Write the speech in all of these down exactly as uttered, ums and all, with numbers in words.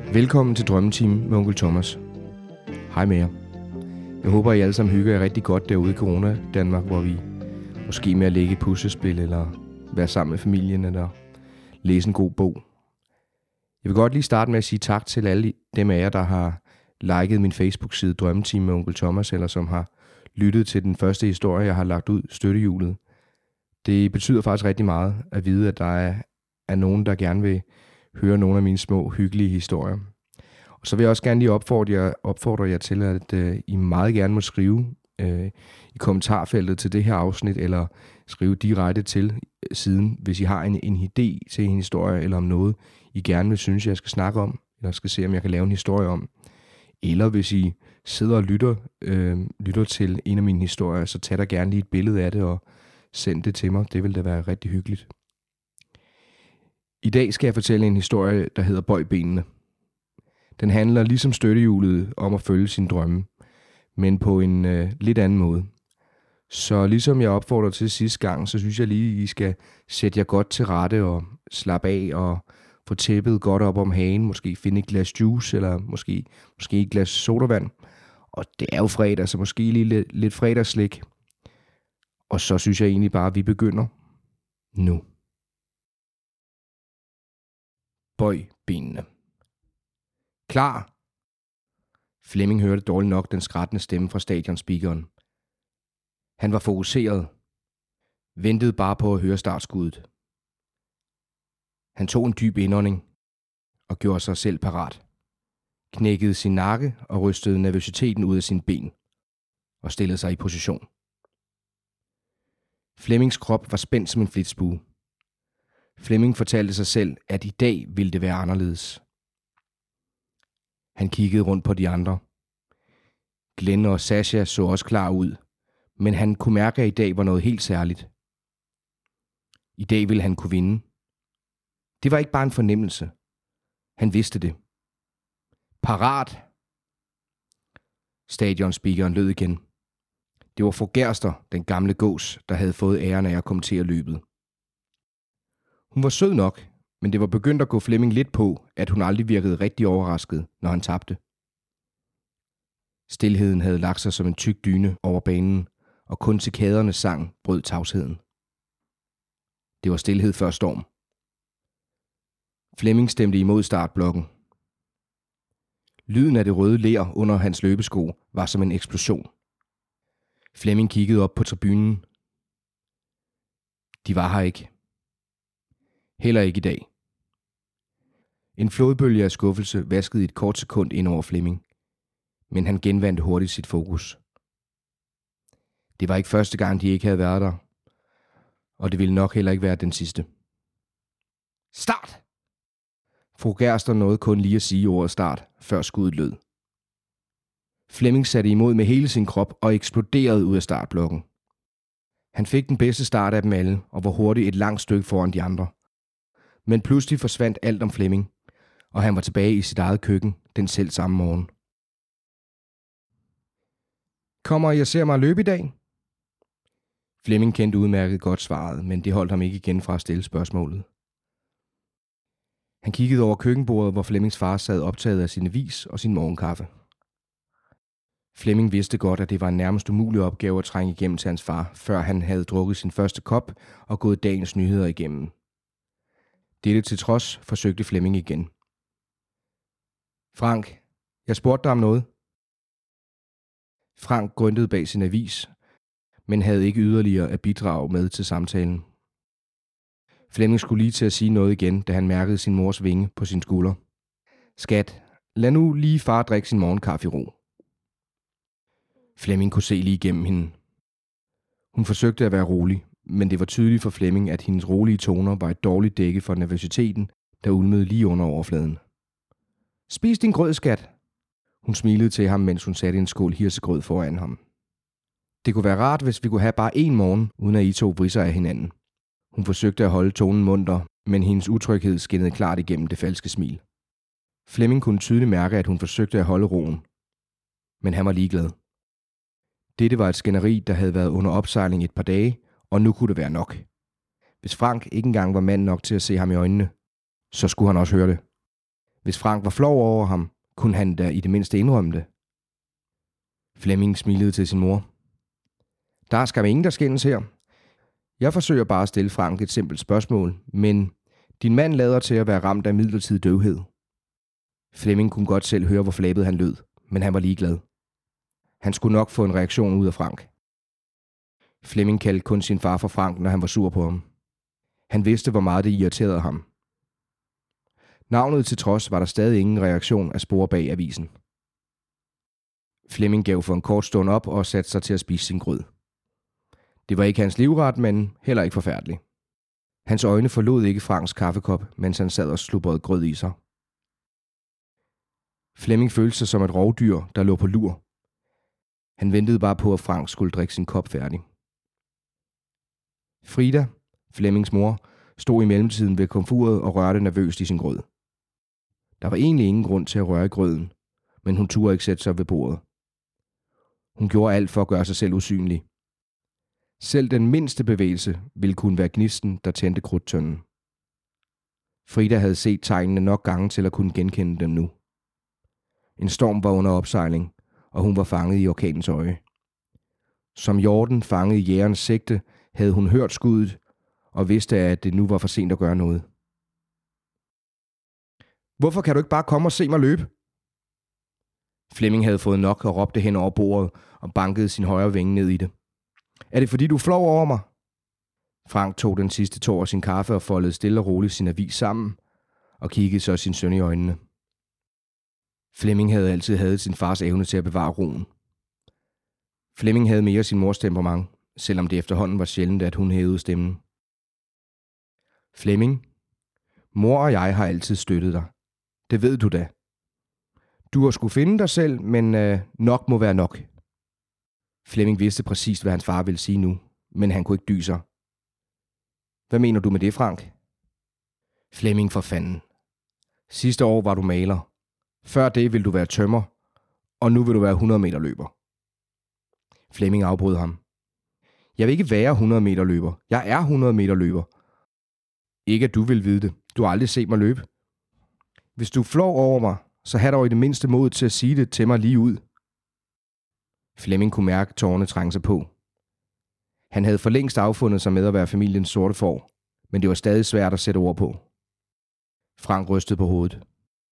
Velkommen til Drømmeteam med Onkel Thomas. Hej med jer. Jeg håber, I alle sammen hygger jer rigtig godt derude i Corona-Danmark, hvor vi måske med at lægge et puslespil, eller være sammen med familien, eller læse en god bog. Jeg vil godt lige starte med at sige tak til alle dem af jer, der har liket min Facebook-side Drømmeteam med Onkel Thomas, eller som har lyttet til den første historie, jeg har lagt ud, Støttehjulet. Det betyder faktisk rigtig meget at vide, at der er, er nogen, der gerne vil høre nogle af mine små, hyggelige historier. Og så vil jeg også gerne lige opfordre jer, opfordre jer til, at uh, I meget gerne må skrive uh, i kommentarfeltet til det her afsnit, eller skrive direkte til siden, hvis I har en, en idé til en historie, eller om noget, I gerne vil synes, jeg skal snakke om, eller skal se, om jeg kan lave en historie om. Eller hvis I sidder og lytter, øh, lytter til en af mine historier, så tag da gerne lige et billede af det og send det til mig. Det vil da være rigtig hyggeligt. I dag skal jeg fortælle en historie, der hedder Bøj benene. Den handler ligesom Støttehjulet om at følge sin drømme, men på en øh, lidt anden måde. Så ligesom jeg opfordrer til sidste gang, så synes jeg lige, I skal sætte jer godt til rette og slappe af og få tæppet godt op om hagen. Måske finde et glas juice, eller måske, måske et glas sodavand. Og det er jo fredag, så måske lige lidt, lidt fredagsslik. Og så synes jeg egentlig bare, at vi begynder nu. Bøj benene. Klar! Flemming hørte dårligt nok den skrattende stemme fra stadionspeakeren. Han var fokuseret. Ventede bare på at høre startskuddet. Han tog en dyb indånding og gjorde sig selv parat. Knækkede sin nakke og rystede nervøsiteten ud af sine ben og stillede sig i position. Flemmings krop var spændt som en flitsbue. Flemming fortalte sig selv, at i dag ville det være anderledes. Han kiggede rundt på de andre. Glenn og Sasha så også klar ud, men han kunne mærke, at i dag var noget helt særligt. I dag ville han kunne vinde. Det var ikke bare en fornemmelse. Han vidste det. Parat! Stadionspeakeren lød igen. Det var fru Gerster, den gamle gås, der havde fået æren af at kommentere løbet. Hun var sød nok, men det var begyndt at gå Flemming lidt på, at hun aldrig virkede rigtig overrasket, når han tabte. Stilheden havde lagt sig som en tyk dyne over banen, og kun cikadernes sang brød tavsheden. Det var stilhed før storm. Flemming stemte imod startblokken. Lyden af det røde ler under hans løbesko var som en eksplosion. Flemming kiggede op på tribunen. De var her ikke. Heller ikke i dag. En flodbølge af skuffelse vaskede i et kort sekund ind over Flemming, men han genvandte hurtigt sit fokus. Det var ikke første gang, de ikke havde været der, og det ville nok heller ikke være den sidste. Start! Fru Gerster nåede kun lige at sige ordet start, før skuddet lød. Flemming satte imod med hele sin krop og eksploderede ud af startblokken. Han fik den bedste start af dem alle og var hurtigt et langt stykke foran de andre. Men pludselig forsvandt alt om Flemming, og han var tilbage i sit eget køkken den selv samme morgen. Kommer I og ser mig løbe i dag? Flemming kendte udmærket godt svaret, men det holdt ham ikke igen fra at stille spørgsmålet. Han kiggede over køkkenbordet, hvor Flemmings far sad optaget af sin avis og sin morgenkaffe. Flemming vidste godt, at det var en nærmest umulig opgave at trænge igennem til hans far, før han havde drukket sin første kop og gået dagens nyheder igennem. Dette til trods forsøgte Flemming igen. Frank, jeg spurgte dig om noget. Frank grøntede bag sin avis, men havde ikke yderligere at bidrage med til samtalen. Flemming skulle lige til at sige noget igen, da han mærkede sin mors vinge på sin skulder. Skat, lad nu lige far drikke sin morgenkaffe i ro. Flemming kunne se lige igennem hende. Hun forsøgte at være rolig, men det var tydeligt for Flemming, at hendes rolige toner var et dårligt dække for nervøsiteten, der ulmede lige under overfladen. Spis din grød, skat. Hun smilede til ham, mens hun satte en skål hirsegrød foran ham. Det kunne være rart, hvis vi kunne have bare en morgen, uden at I to vrisser af hinanden. Hun forsøgte at holde tonen munter, men hendes utryghed skinnede klart igennem det falske smil. Flemming kunne tydeligt mærke, at hun forsøgte at holde roen, men han var ligeglad. Dette var et skænderi, der havde været under opsejling et par dage, og nu kunne det være nok. Hvis Frank ikke engang var mand nok til at se ham i øjnene, så skulle han også høre det. Hvis Frank var flov over ham, kunne han da i det mindste indrømme det. Flemming smilede til sin mor. Der er skam ingen, der skændes her. Jeg forsøger bare at stille Frank et simpelt spørgsmål, men din mand lader til at være ramt af midlertidig døvhed. Flemming kunne godt selv høre, hvor flabet han lød, men han var ligeglad. Han skulle nok få en reaktion ud af Frank. Flemming kaldte kun sin far for Frank, når han var sur på ham. Han vidste, hvor meget det irriterede ham. Navnet til trods var der stadig ingen reaktion at spore bag avisen. Flemming gav for en kort stund op og satte sig til at spise sin grød. Det var ikke hans livret, men heller ikke forfærdeligt. Hans øjne forlod ikke Franks kaffekop, mens han sad og slubrede grød i sig. Flemming følte sig som et rovdyr, der lå på lur. Han ventede bare på, at Frank skulle drikke sin kop færdig. Frida, Flemmings mor, stod i mellemtiden ved komfuret og rørte nervøst i sin grød. Der var egentlig ingen grund til at røre i grøden, men hun turde ikke sætte sig ved bordet. Hun gjorde alt for at gøre sig selv usynlig. Selv den mindste bevægelse ville kunne være gnisten, der tændte krudttønden. Frida havde set tegnene nok gange til at kunne genkende dem nu. En storm var under opsejling, og hun var fanget i orkanens øje. Som hjorten fanget i jægerens sigte, havde hun hørt skuddet og vidste, at det nu var for sent at gøre noget. Hvorfor kan du ikke bare komme og se mig løbe? Flemming havde fået nok og råbte hen over bordet og bankede sin højre vinge ned i det. Er det fordi du er flov over mig? Frank tog den sidste tår af sin kaffe og foldede stille og roligt sin avis sammen og kiggede så sin søn i øjnene. Flemming havde altid hadet sin fars evne til at bevare roen. Flemming havde mere sin mors temperament, selvom det efterhånden var sjældent, at hun hævede stemmen. Flemming, mor og jeg har altid støttet dig. Det ved du da. Du har skulle finde dig selv, men øh, nok må være nok. Flemming vidste præcis, hvad hans far ville sige nu, men han kunne ikke dy sig. Hvad mener du med det, Frank? Flemming, for fanden. Sidste år var du maler. Før det ville du være tømrer, og nu vil du være hundrede meter løber. Flemming afbrød ham. Jeg vil ikke være hundrede meter løber. Jeg er hundrede meter løber. Ikke at du vil vide det. Du har aldrig set mig løbe. Hvis du flår over mig, så har dog i det mindste mod til at sige det til mig lige ud. Flemming kunne mærke tårerne trænge sig på. Han havde for længst affundet sig med at være familiens sorte får, men det var stadig svært at sætte ord på. Frank rystede på hovedet.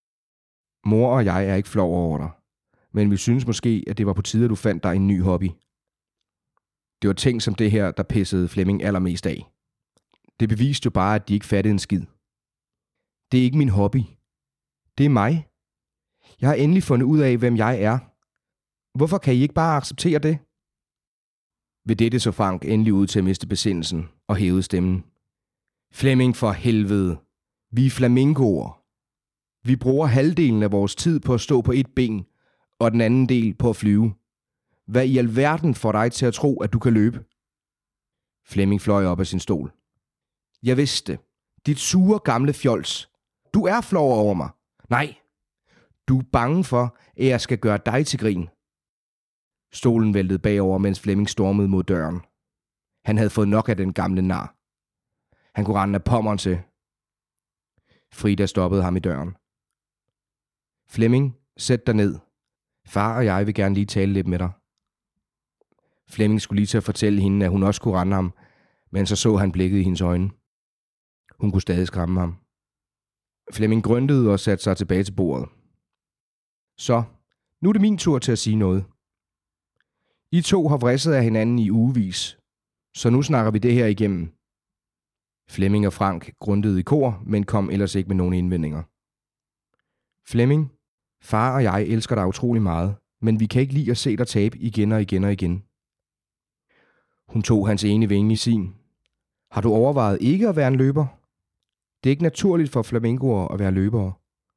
Mor og jeg er ikke flov over dig, men vi synes måske, at det var på tide, at du fandt dig en ny hobby. Det var ting som det her, der pissede Flemming allermest af. Det beviste jo bare, at de ikke fattede en skid. Det er ikke min hobby. Det er mig. Jeg har endelig fundet ud af, hvem jeg er. Hvorfor kan I ikke bare acceptere det? Ved dette så Frank endelig ud til at miste besindelsen og hævede stemmen. Flemming, for helvede. Vi er flamingoer. Vi bruger halvdelen af vores tid på at stå på et ben, og den anden del på at flyve. Hvad i alverden får dig til at tro, at du kan løbe? Flemming fløj op af sin stol. Jeg vidste. Dit sure gamle fjols. Du er flov over mig. Nej. Du er bange for, at jeg skal gøre dig til grin. Stolen væltede bagover, mens Flemming stormede mod døren. Han havde fået nok af den gamle nar. Han kunne rende af pommeren til. Frida stoppede ham i døren. Flemming, sæt dig ned. Far og jeg vil gerne lige tale lidt med dig. Flemming skulle lige til at fortælle hende, at hun også kunne rende ham, men så så han blikket i hendes øjne. Hun kunne stadig skræmme ham. Flemming grøntede og satte sig tilbage til bordet. Så, nu er det min tur til at sige noget. I to har vrisset af hinanden i ugevis, så nu snakker vi det her igennem. Flemming og Frank gründede i kor, men kom ellers ikke med nogen indvendinger. Flemming, far og jeg elsker dig utrolig meget, men vi kan ikke lide at se dig tabe igen og igen og igen. Hun tog hans ene vinge i sin. Har du overvejet ikke at være en løber? Det er ikke naturligt for flamingoer at være løbere.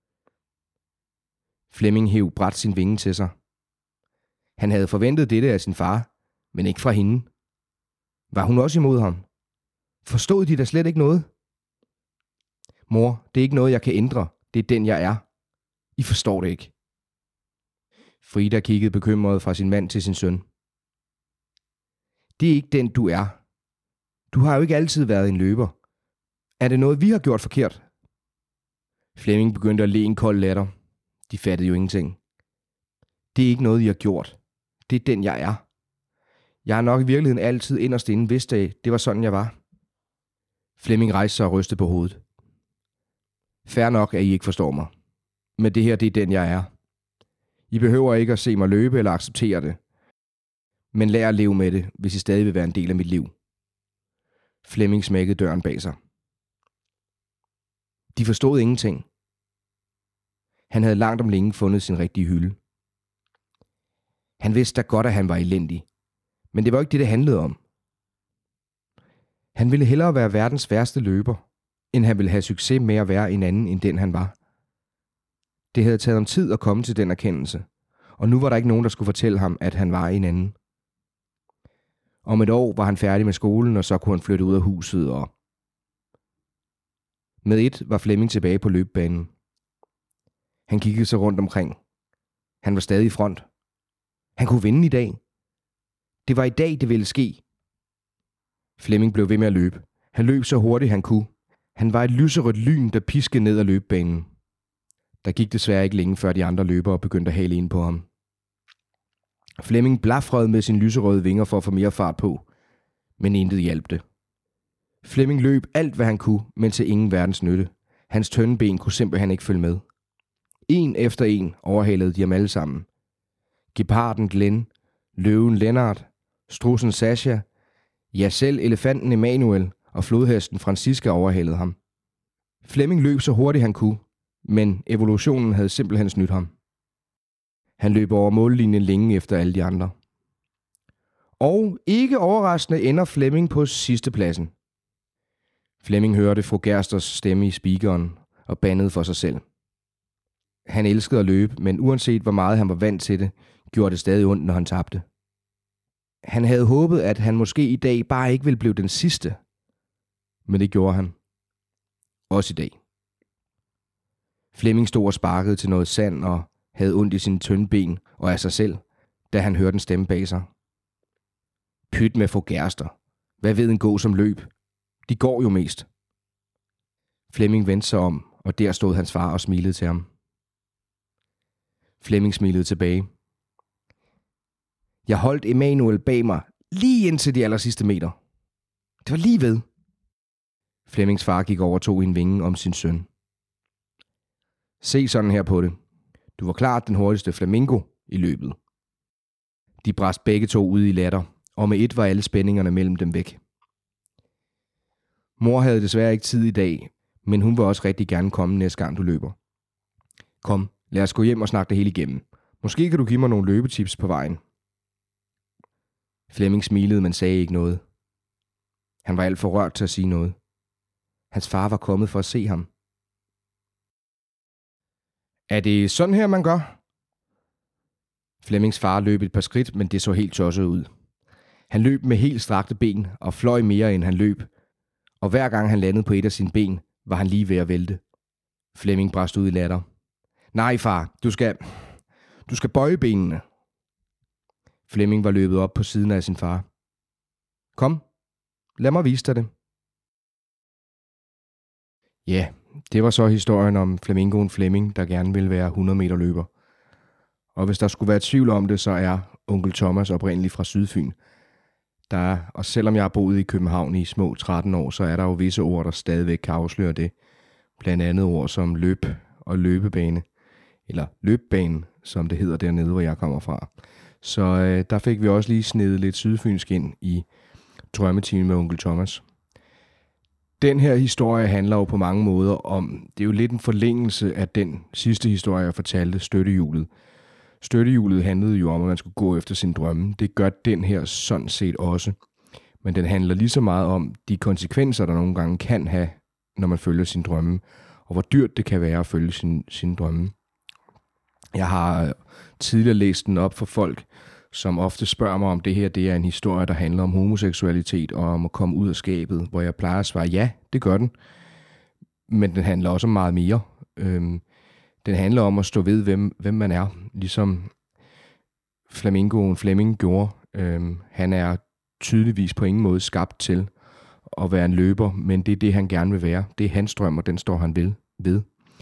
Flemming hev brat sin vinge til sig. Han havde forventet dette af sin far, men ikke fra hende. Var hun også imod ham? Forstod de da slet ikke noget? Mor, det er ikke noget, jeg kan ændre. Det er den, jeg er. I forstår det ikke. Frida kiggede bekymret fra sin mand til sin søn. Det er ikke den, du er. Du har jo ikke altid været en løber. Er det noget, vi har gjort forkert? Flemming begyndte at le en kold latter. De fattede jo ingenting. Det er ikke noget, I har gjort. Det er den, jeg er. Jeg har nok i virkeligheden altid inderst inde vidst af, det var sådan, jeg var. Flemming rejste sig og rystede på hovedet. Fair nok, at I ikke forstår mig. Men det her, det er den, jeg er. I behøver ikke at se mig løbe eller acceptere det. Men lær at leve med det, hvis I stadig vil være en del af mit liv. Flemming smækkede døren bag sig. De forstod ingenting. Han havde langt om længe fundet sin rigtige hylde. Han vidste da godt, at han var elendig. Men det var ikke det, det handlede om. Han ville hellere være verdens værste løber, end han ville have succes med at være en anden end den, han var. Det havde taget ham tid at komme til den erkendelse, og nu var der ikke nogen, der skulle fortælle ham, at han var en anden. Om et år var han færdig med skolen, og så kunne han flytte ud af huset, og... Med et var Flemming tilbage på løbebanen. Han kiggede sig rundt omkring. Han var stadig i front. Han kunne vinde i dag. Det var i dag, det ville ske. Flemming blev ved med at løbe. Han løb så hurtigt, han kunne. Han var et lyserødt lyn, der piskede ned ad løbebanen. Der gik desværre ikke længe, før de andre løbere begyndte at hale ind på ham. Flemming blafrede med sine lyserøde vinger for at få mere fart på, men intet hjalp det. Flemming løb alt, hvad han kunne, men til ingen verdens nytte. Hans tynde ben kunne simpelthen ikke følge med. En efter en overhalede de ham alle sammen. Geparden Glenn, løven Lennart, strudsen Sasha, ja selv elefanten Emanuel og flodhesten Francisca overhalede ham. Flemming løb så hurtigt han kunne, men evolutionen havde simpelthen snydt ham. Han løb over mållinjen længe efter alle de andre. Og ikke overraskende ender Flemming på sidste pladsen. Flemming hørte fru Gersters stemme i speakeren og bandede for sig selv. Han elskede at løbe, men uanset hvor meget han var vant til det, gjorde det stadig ondt, når han tabte. Han havde håbet, at han måske i dag bare ikke ville blive den sidste. Men det gjorde han. Også i dag. Flemming stod og sparkede til noget sand og havde ondt i sine tynde ben og af sig selv, da han hørte en stemme bag sig. Pyt med fru Gerster. Hvad ved en gå som løb? De går jo mest. Flemming vendte sig om, og der stod hans far og smilede til ham. Flemming smilede tilbage. Jeg holdt Emanuel bag mig lige indtil de aller sidste meter. Det var lige ved. Flemmings far gik over og tog en vinge om sin søn. Se sådan her på det. Du var klart den hurtigste flamingo i løbet. De brast begge to ud i latter, og med et var alle spændingerne mellem dem væk. Mor havde desværre ikke tid i dag, men hun vil også rigtig gerne komme næste gang du løber. Kom, lad os gå hjem og snakke det hele igennem. Måske kan du give mig nogle løbetips på vejen. Flemming smilede, men sagde ikke noget. Han var alt for rørt til at sige noget. Hans far var kommet for at se ham. Er det sådan her, man gør? Flemmings far løb et par skridt, men det så helt tosset ud. Han løb med helt strakte ben og fløj mere, end han løb. Og hver gang han landede på et af sine ben, var han lige ved at vælte. Flemming brast ud i latter. Nej, far, du skal... Du skal bøje benene. Flemming var løbet op på siden af sin far. Kom, lad mig vise dig det. Ja, det var så historien om flamingoen Flemming, der gerne ville være hundrede meter løber. Og hvis der skulle være tvivl om det, så er onkel Thomas oprindeligt fra Sydfyn. Der er, og selvom jeg har boet i København i små tretten år, så er der jo visse ord, der stadigvæk kan afsløre det. Blandt andet ord som løb og løbebane, eller løbbane, som det hedder dernede, hvor jeg kommer fra. Så øh, der fik vi også lige snedet lidt sydfynsk ind i drømmetimen med onkel Thomas. Den her historie handler jo på mange måder om, det er jo lidt en forlængelse af den sidste historie, jeg fortalte, støttehjulet. Støttehjulet handlede jo om, at man skulle gå efter sin drømme. Det gør den her sådan set også. Men den handler lige så meget om de konsekvenser, der nogle gange kan have, når man følger sin drømme, og hvor dyrt det kan være at følge sin, sin drømme. Jeg har tidligere læst den op for folk, som ofte spørger mig, om det her det er en historie, der handler om homoseksualitet og om at komme ud af skabet, hvor jeg plejer at svare, ja, det gør den. Men den handler også om meget mere. Øhm, den handler om at stå ved, hvem, hvem man er. Ligesom flamingoen Flemming gjorde. Øhm, han er tydeligvis på ingen måde skabt til at være en løber, men det er det, han gerne vil være. Det er hans drøm, og den står han ved.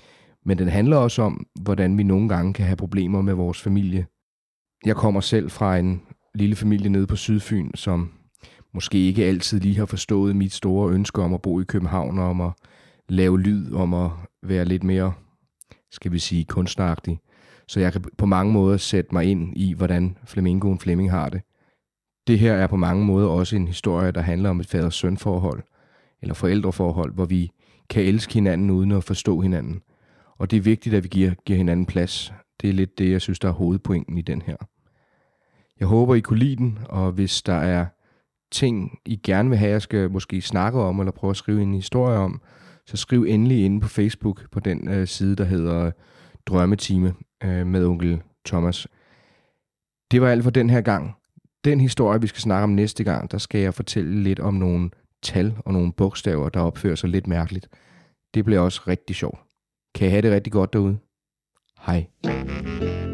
Men den handler også om, hvordan vi nogle gange kan have problemer med vores familie. Jeg kommer selv fra en lille familie nede på Sydfyn, som måske ikke altid lige har forstået mit store ønske om at bo i København, om at lave lyd, om at være lidt mere, skal vi sige, kunstneragtig. Så jeg kan på mange måder sætte mig ind i, hvordan flamingoen Flemming har det. Det her er på mange måder også en historie, der handler om et fader-søn-forhold, eller forældreforhold, hvor vi kan elske hinanden uden at forstå hinanden. Og det er vigtigt, at vi giver, giver hinanden plads. Det er lidt det, jeg synes, der er hovedpointen i den her. Jeg håber, I kunne lide den, og hvis der er ting, I gerne vil have, jeg skal måske snakke om, eller prøve at skrive en historie om, så skriv endelig inde på Facebook på den øh, side, der hedder Drømmetime øh, med onkel Thomas. Det var alt for den her gang. Den historie, vi skal snakke om næste gang, der skal jeg fortælle lidt om nogle tal og nogle bogstaver, der opfører sig lidt mærkeligt. Det bliver også rigtig sjovt. Kan I have det rigtig godt derude? Hej.